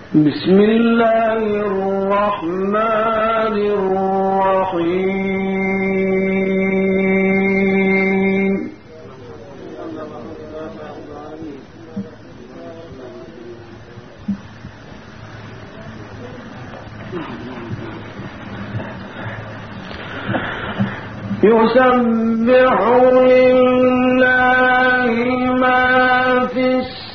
بسم الله الرحمن الرحيم. يسبح لله ما في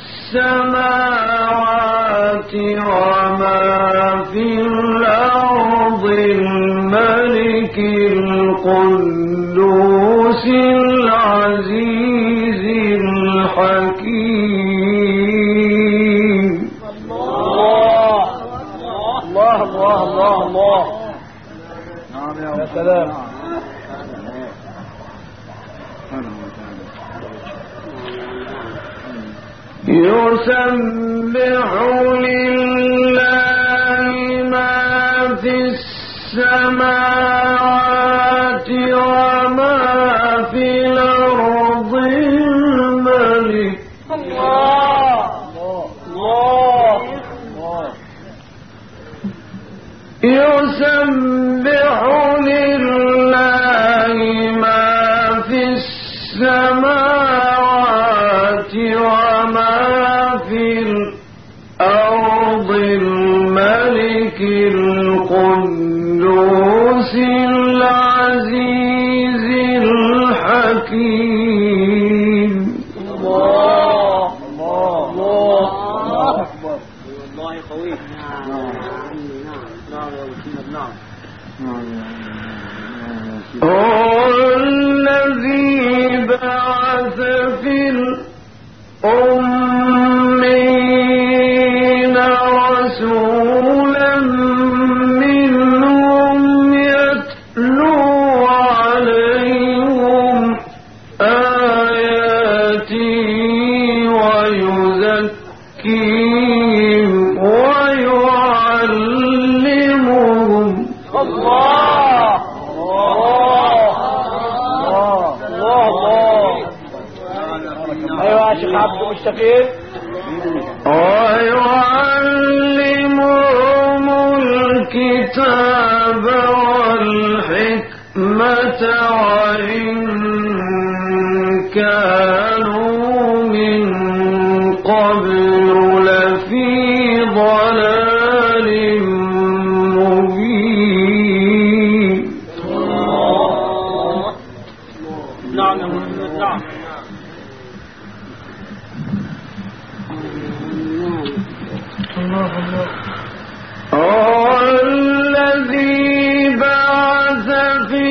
السماوات وما في الأرض الملك القدوس العزيز الحكيم. الله الله الله الله الله. يا سلام. يسبح لله ما في السماوات وما في الأرض الملك. الله الله. يسبح لله ما في السماوات وما في الأرض الملك القدوس العزيز الحكيم. الله الله الله أكبر. والله قوي. نعم. هو الذي بعث في الأمين رسولا منهم يتلو عليهم آياته ويزكيهم ويعلمهم. الله الله الله الله. ايوه يا شيخ عبد مشتاقين. ويعلمهم الكتاب والحكمة وإن كانوا من قبل لفي ضلال مبين. نعم. الذي بعث في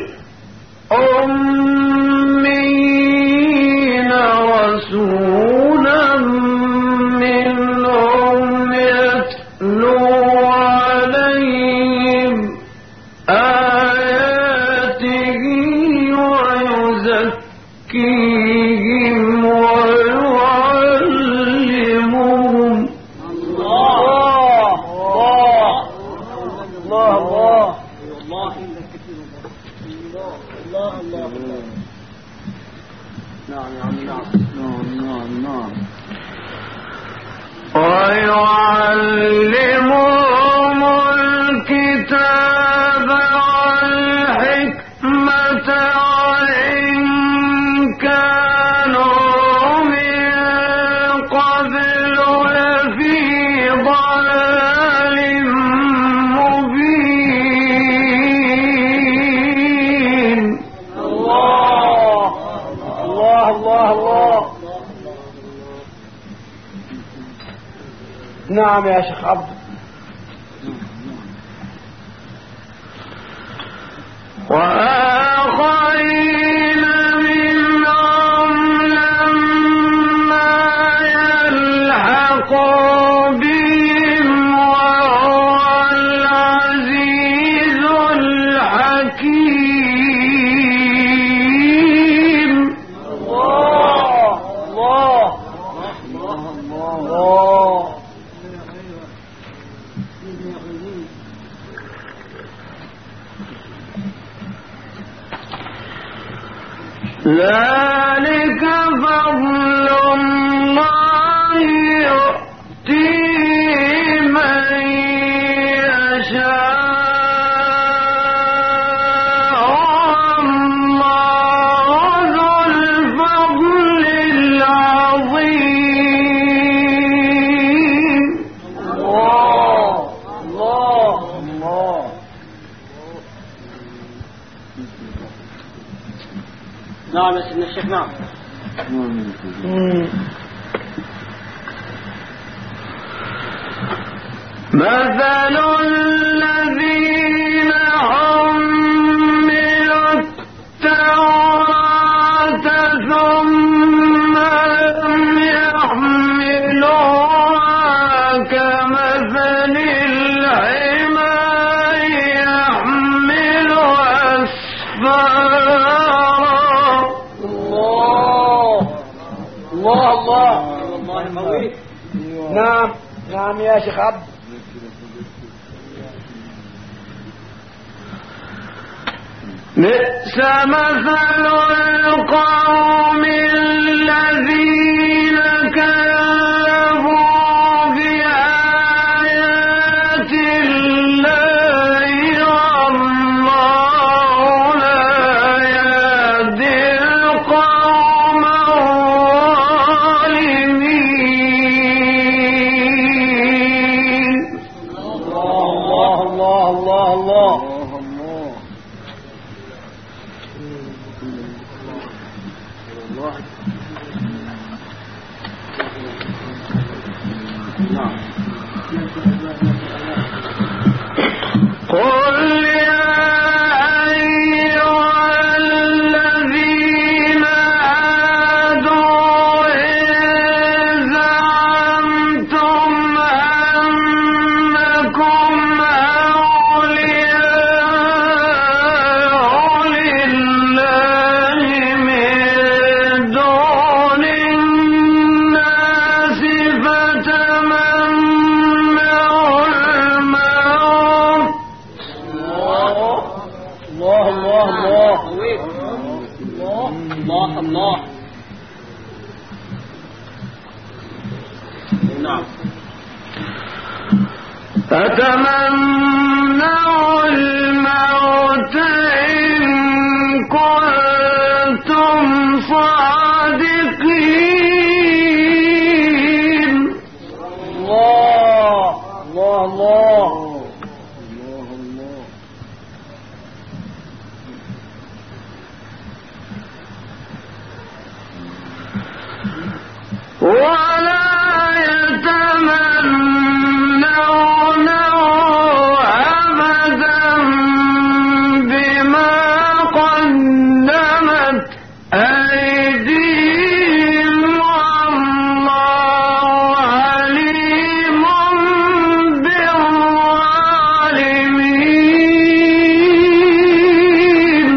الأمين رسولا منهم يتلو عليهم آياته ويزكيهم ويعلمهم. الله الله الله الله. نعم. ويعلمهم الكتاب والحكمة وإن كانوا من قبل لفي ضلال مبين. الله الله الله الله. نعم يا شيخ عبد. وآخرين منهم لما يلحقوا بهم وهو العزيز الحكيم. الله الله الله. ذلك فضل الله يؤتيه من شيخ. نعم. مثل الذين حملوا التوراة ثم لم يحملوها كمثل الحمار يحمل أسفارا. الله قوي. نعم نعم يا شيخ عبد. بئس مثل القوم الذين كذبوا بآيات الله والله لا يهدي القوم الظالمين. الله. قل يا أيها الذين هادوا إن زعمتم أنكم أولياء لله من دون الناس فتمنوا الموت. الله. نعم. فتمنوا الموت إن كنتم صادقين. الله. ولا يتمنونه أبدا بما قدمت أيديهم والله عليم بالظالمين.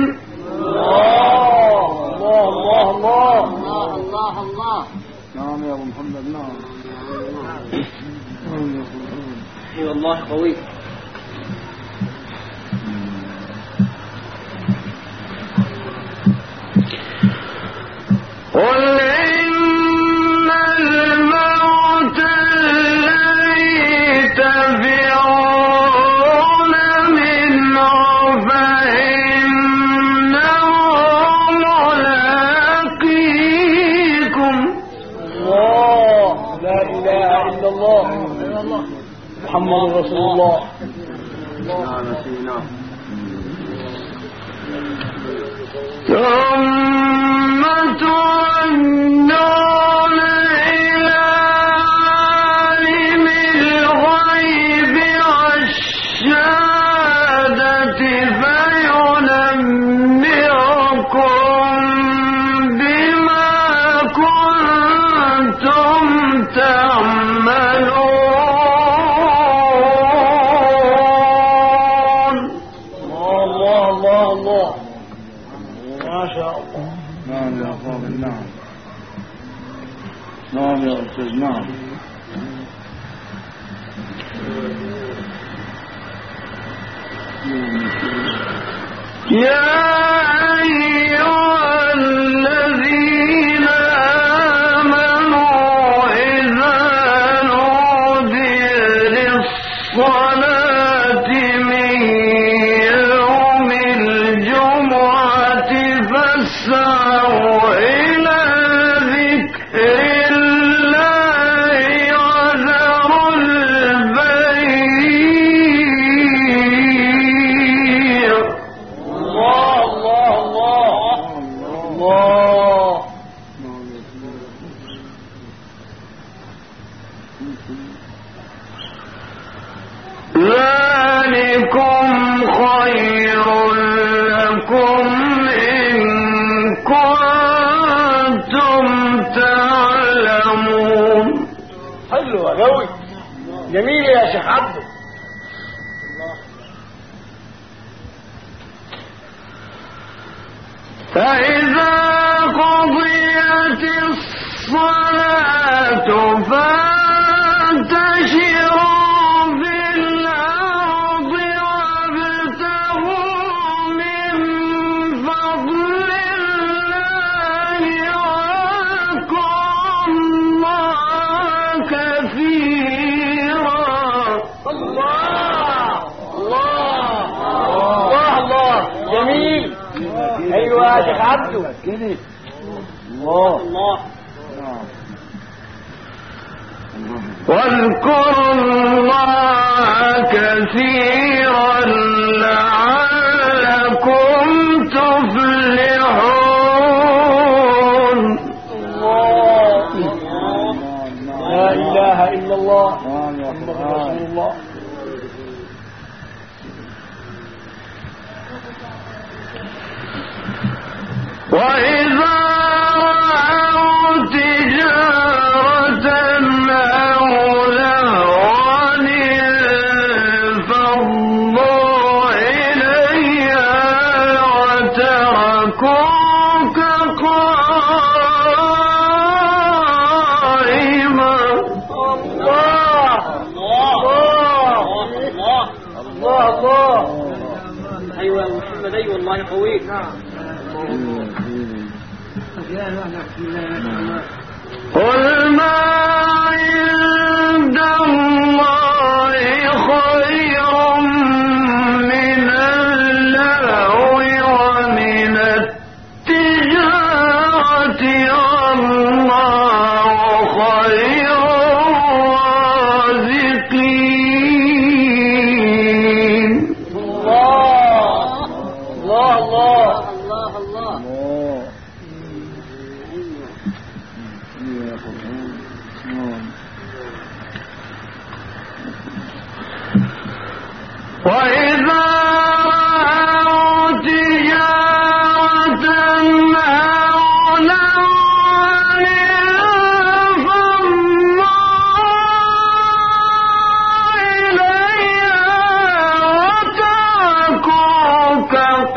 الله. نعم يا ابو محمد. نعم. اي والله قوي. قل إن الموت الذي تفرون منه فإنه ملاقيكم. لا إله إلا الله محمد رسول الله. ثم تردون إلى عالم الغيب والشهادة فينبئكم بما كنتم تعملون. الله. ما شاء الله. نعم يا فاضل. نعم. نعم يا أستاذ. نعم. يا أيها الذين آمنوا إذا نودي للصلاة من يوم الجمعة فاسعوا إلى ذكر الله وذروا البيع. الله. ذلكم خير لكم إن كنتم تعلمون. حلو يا قوي، جميل يا شيخ عبده. فإذا قضيت الصلاة فانتشروا في الأرض وابتغوا من فضل الله واذكروا الله كثيرا. الله الله الله، جميل. ايوه يا شيخ عبده كده. الله الله. واذكروا الله كثيرا لعلكم تفلحون. الله لا اله الا الله محمد رسول الله. وإذا رأوا تجارة أو لهوا انفضوا إليها وتركوك قائما. الله الله الله الله. ايوه يا محمد، ايوه الله يقويك. قل ما عند الله خير من اللهو ومن التجارة والله خير الرازقين. الله الله الله. وإذا رأوا تجارة أو لهوا انفضوا إليها وتركوك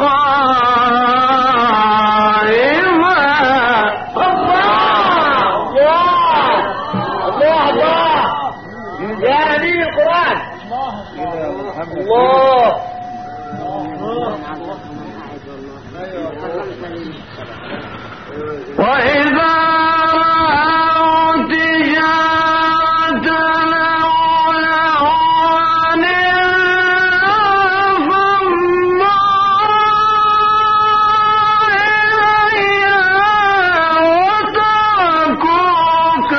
قائما. الله الله. يا نبي القرآن. الله وإذا رأوا تجارة أو لهوا انفضوا إليها وتركوك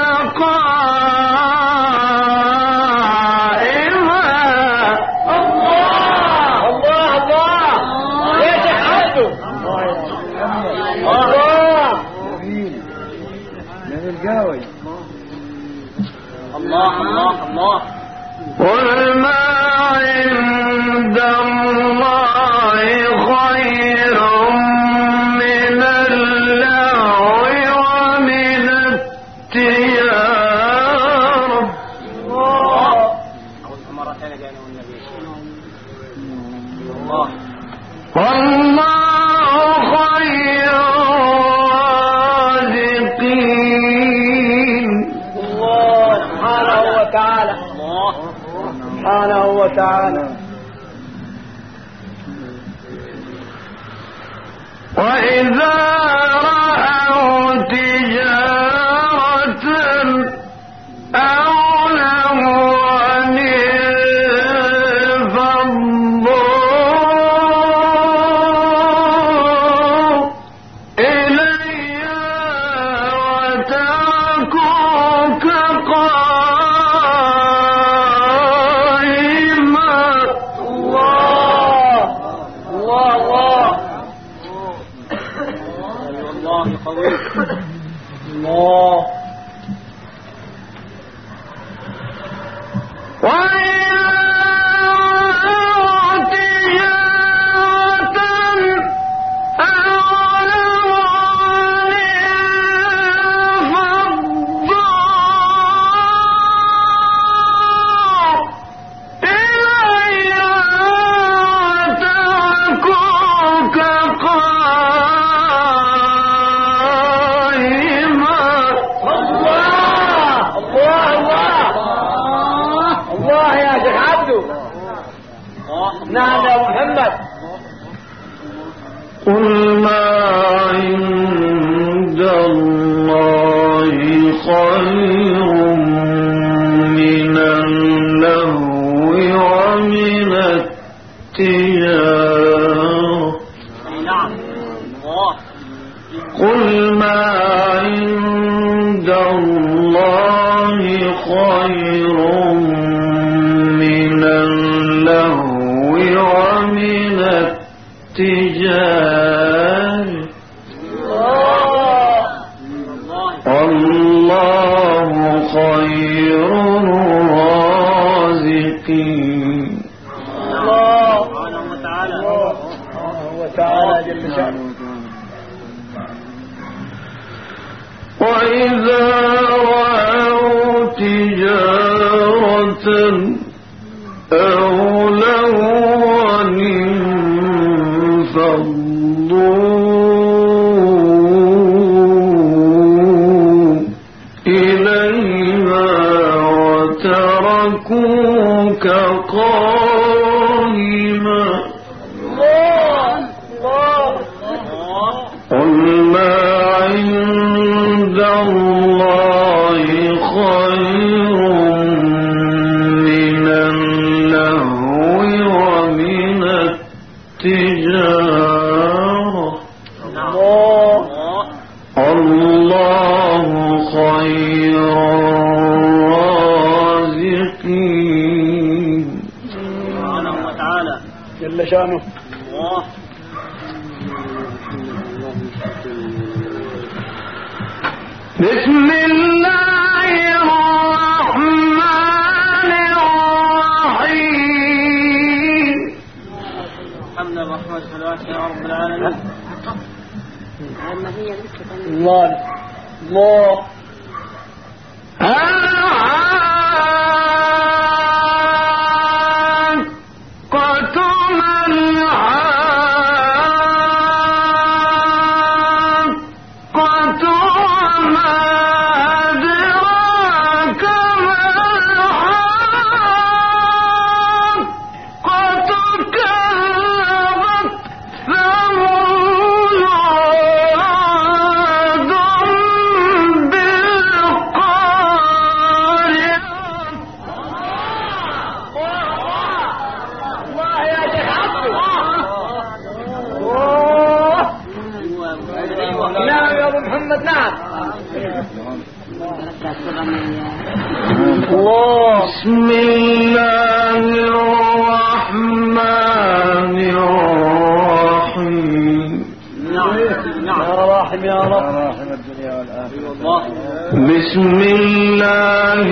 قائما. الله الله. يا شيخ عبده. الله جميل. جميل قوي. الله الله الله. قل ما عند الله خير من اللهو ومن التجارة. مرة ثانية جاءنا والنبي. الله والله خير الرازقين. الله سبحانه وتعالى. الله سبحانه وتعالى. وإذا رأوا تجارة أو لهوا انفضوا إليها وتركوك قائما. الله الله الله. نعم يا محمد. قل ما عند الله خير من اللهو ومن التجارة. قل ما عند الله خير من اللهو ومن التجارة. الله خير الرازقين. الله وتعالى جل شأنه. وإذا رأوا تجارة أو لهوا انفضوا إليها وتركوك قائما. قل ما عند الله خير من اللهو ومن التجارة. الله خير الرازقين. سبحانه وتعالى جل شأنه. بسم الله الرحمن الرحيم. الحمد لله والصلاة يا رب العالمين. الله الله. بسم الله الرحمن الرحيم. يا راحم يا رب. بسم الله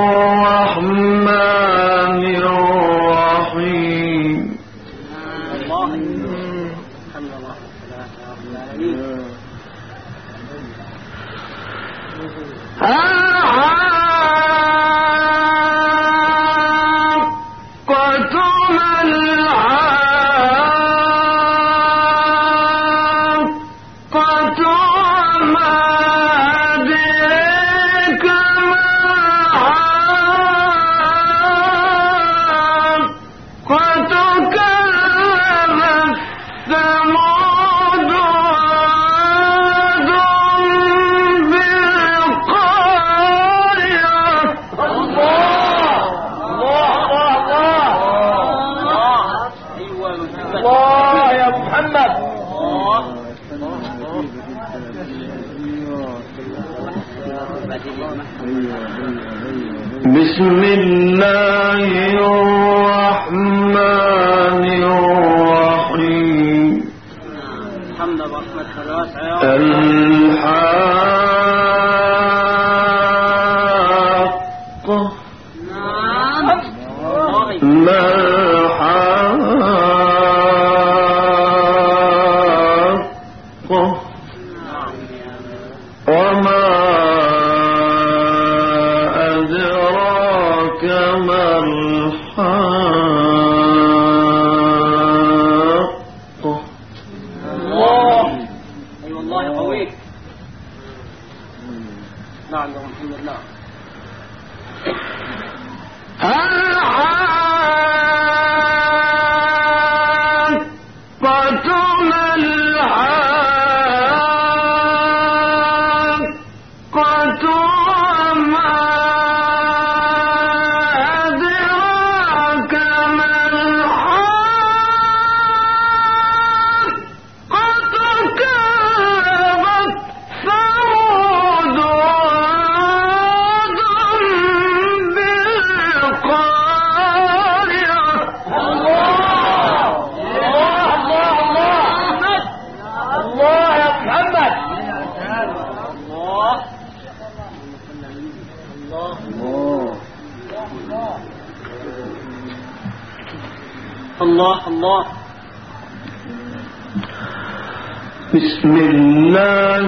الرحمن الرحيم. بسم الله الرحمن الرحيم. الحمد لله الحاقة. ما الحاقة وما أدراك ما الحاقة. الله. أي والله قويك. نعم يا محمد. نعم. الله الله. بسم الله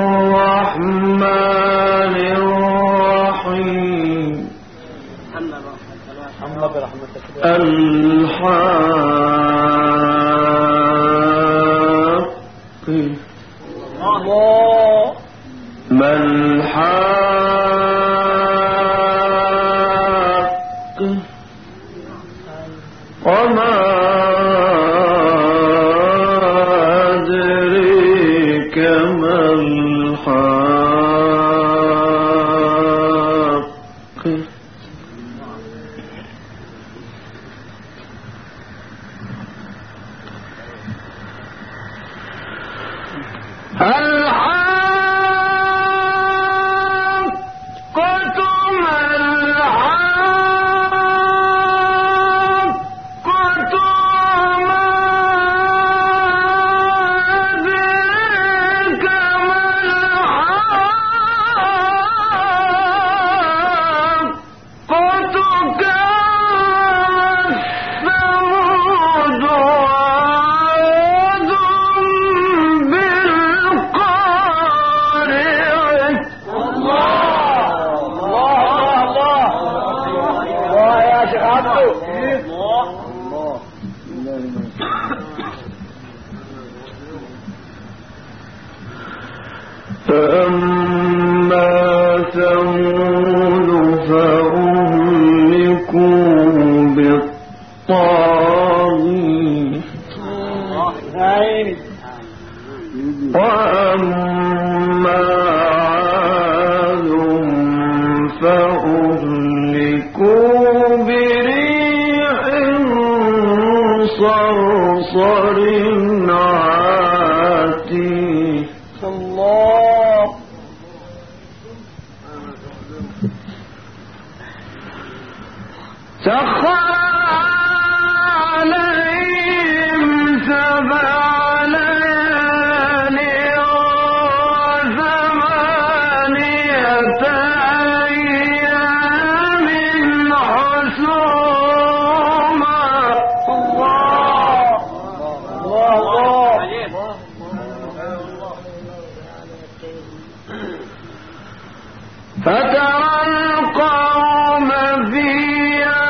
الرحمن الرحيم. محمد برحمتك. الحاقة الله. ما الحاقة وما أدريك ما الحاقة. فأما ثمود فأهلكوا بالطاغية وأما عاد فأهلكوا بريح صرصر عاتيه. الله. سخر عليهم 7 ليال و8 أيام حسوما. الله الله. فترى القوم فيها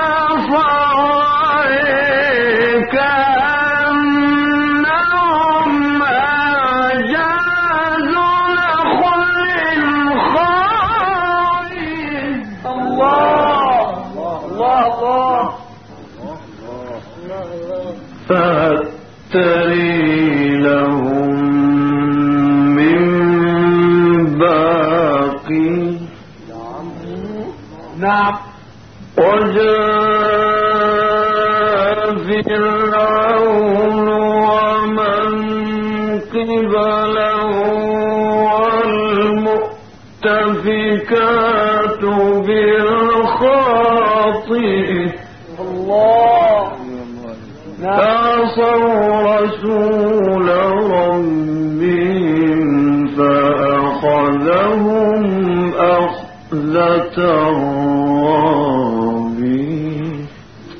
صرعى كأنهم أعجاز نخل خاوية. الله الله الله. فهتري لهم من باقي. نعم. وجاء فرعون ومن قبله والمؤتفكات بالخاطئة. الله. فعصوا رسول ربهم فأخذهم أخذة رابية.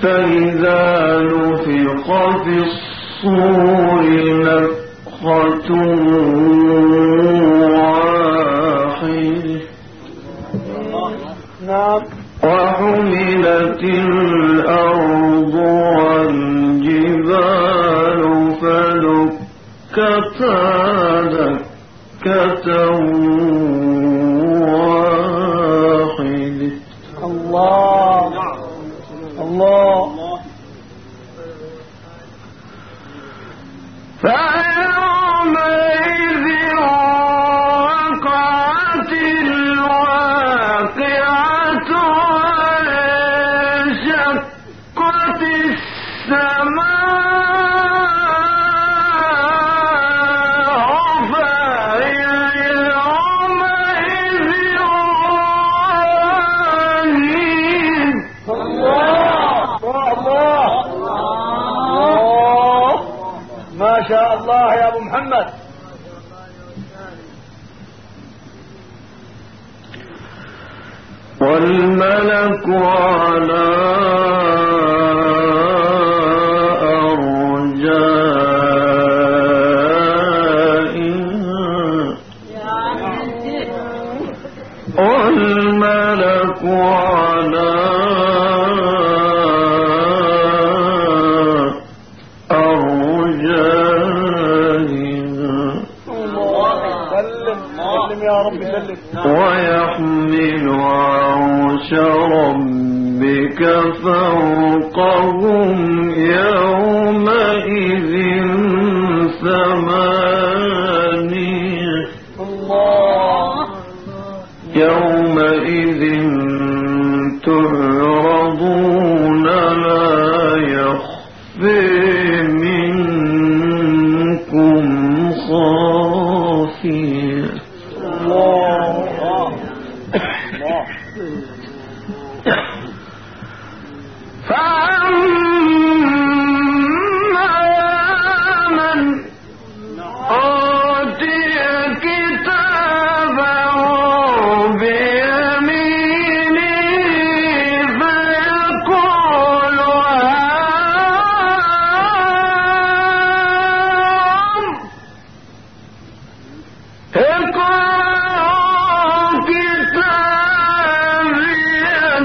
فإذا نفخ في الصور نفخة واحدة نعم وحملت الأرض والجبال فدكتا دكة واحدة الله الله فيومئذ وقعت الواقعة وانشقت السماء فهي يومئذ واهية الله ما شاء الله يا ابو محمد. والملك على أرجائها والملك على سلم يا رب سلم. ويحمل عرش ربك فوقهم يومئذ ثمانية يومئذ تعرضون لا يخفي منكم خافية فأما من أوتي كتابه بيمينه فيقول اقرأوا كتابيه.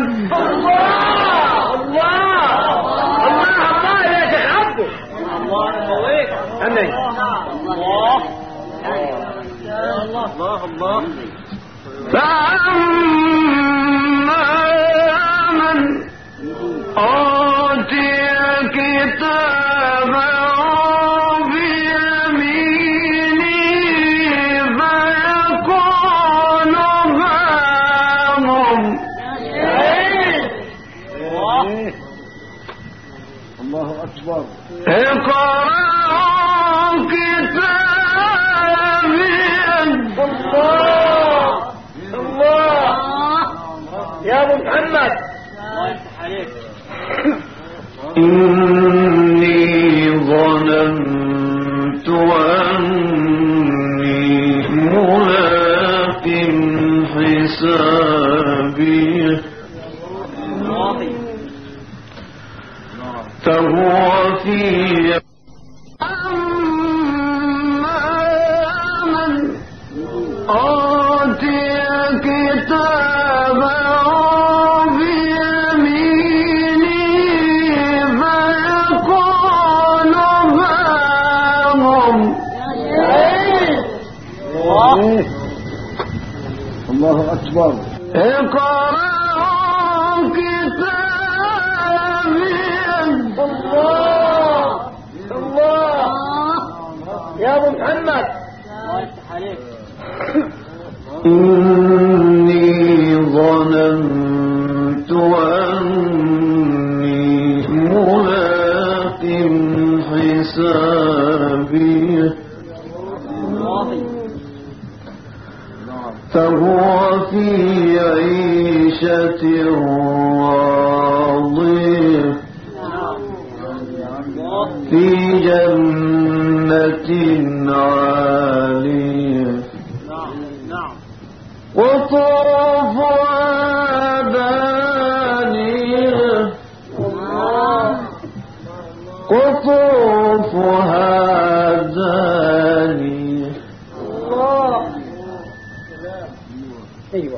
فأما من أوتي كتابه بيمينه فيقول هاهم الله أكبر. اقرأوا كتابيه. الله يا ابو محمد. إني ظننت أني ملاق حسابيه فهو في أما من أوتي كتابه بيمينه فيقول هاهم الله أكبر. اقرأوا كتابيه. الله يا ابو محمد. إني ظننت أني ملاق حسابيه فهو في عيشة راضية في جنة عالية وطرفها دانية دانية الله. ايوه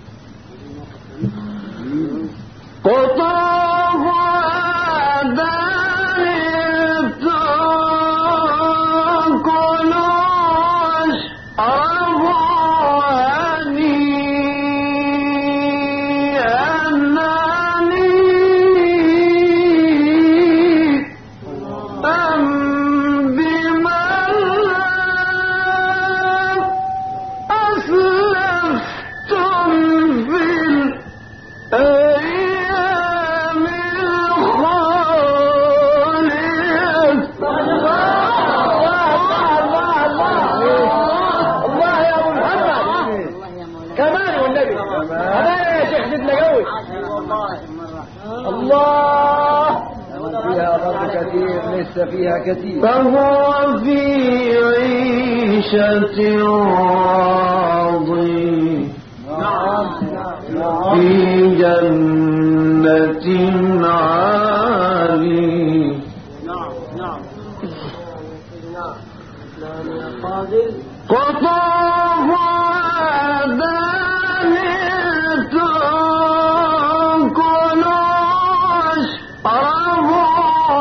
قطوفها دانية كلوا واشربوا هنيئا بما أسلفتم في الأيام الخالية. الله يا ابو محمد كمان والنبي هذا يا شيخ سيدنا قوي الله. فيها ضرب كثير ليس فيها كثير. فهو في عيشة راضية في جنة عالية قطوفها دانية كلوا واشربوا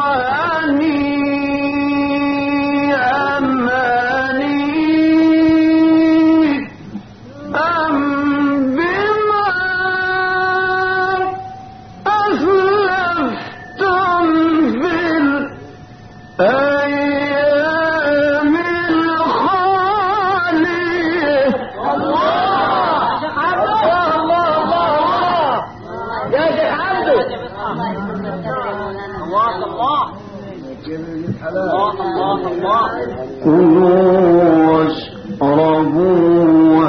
هنيئا بما أسلفتم في الأيام الخالية. يا شيخ عبده كلوا واشربوا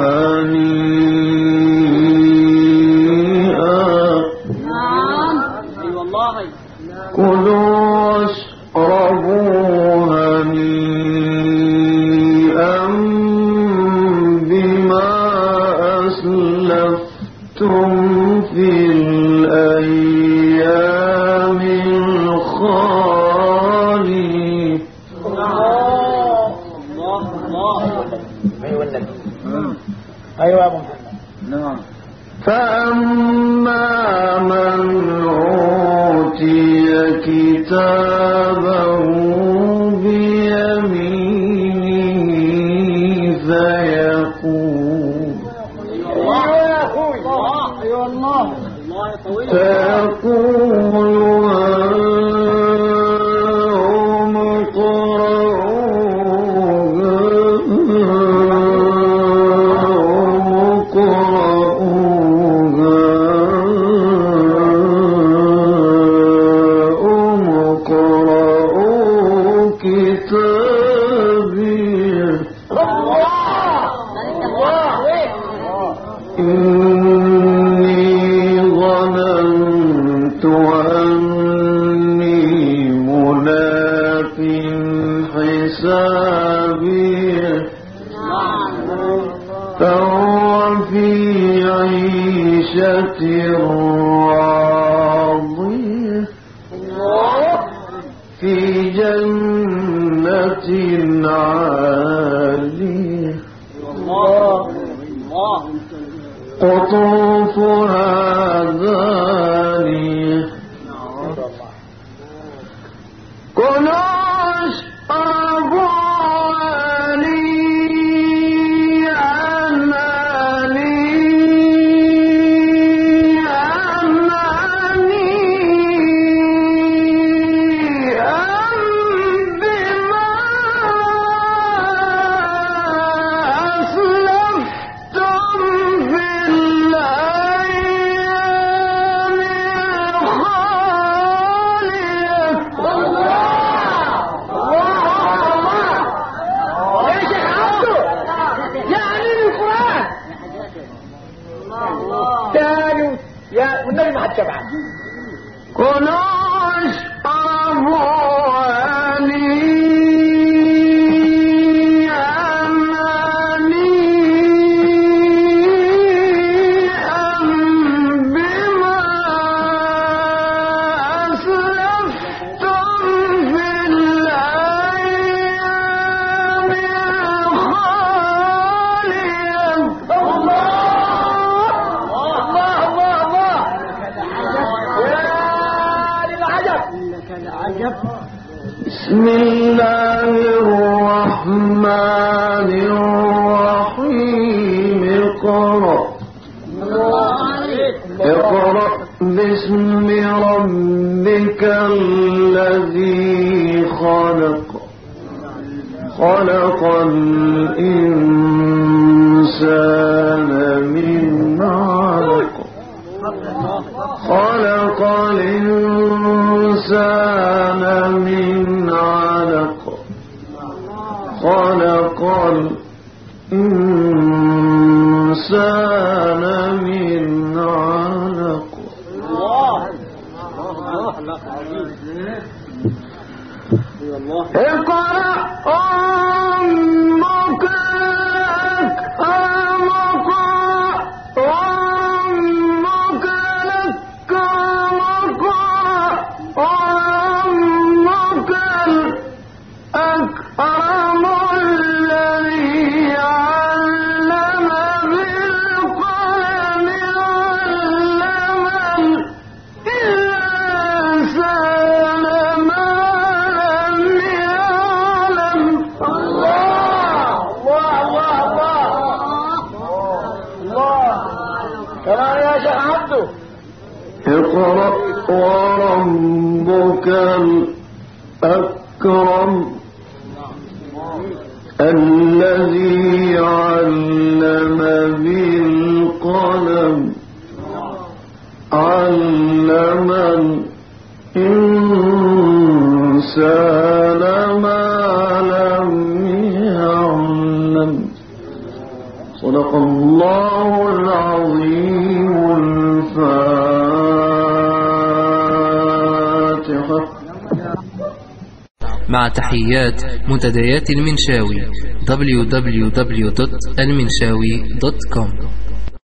هنيئا كلوا واشربوا هنيئا بما أسلفتم في الأيام الخالية. ايوه يا ابو محمد. نعم. فأما من أوتي كتابه بيمينه فيقول ايوه يا اخوي ايوه الله هاؤم اقرءوا كتابيه إني ظننت أني ملاق حسابيه فهو في عيشة راضية في جنة عالية قطوفها دانية كلوا واشربوا والنبي ما حد شبعان. كلوا واشربوا هنيئا بما أسلفتم في الأيام الإنسان من علق خلق الإنسان من علق خلق الإنسان من علق اقرأ ربك الأكرم ربك الأكرم ربك الأكرم الذي علم بالقلم علم الإنسان ما لم يعلم. كمان يا شيخ عبده. اقرأ وربك الأكرم الذي علم بالقلم علم الإنسان ما لم يعلم. صدق الله العظيم. الفاتحة. مع تحيات منتديات المنشاوي www.المنشاوي.com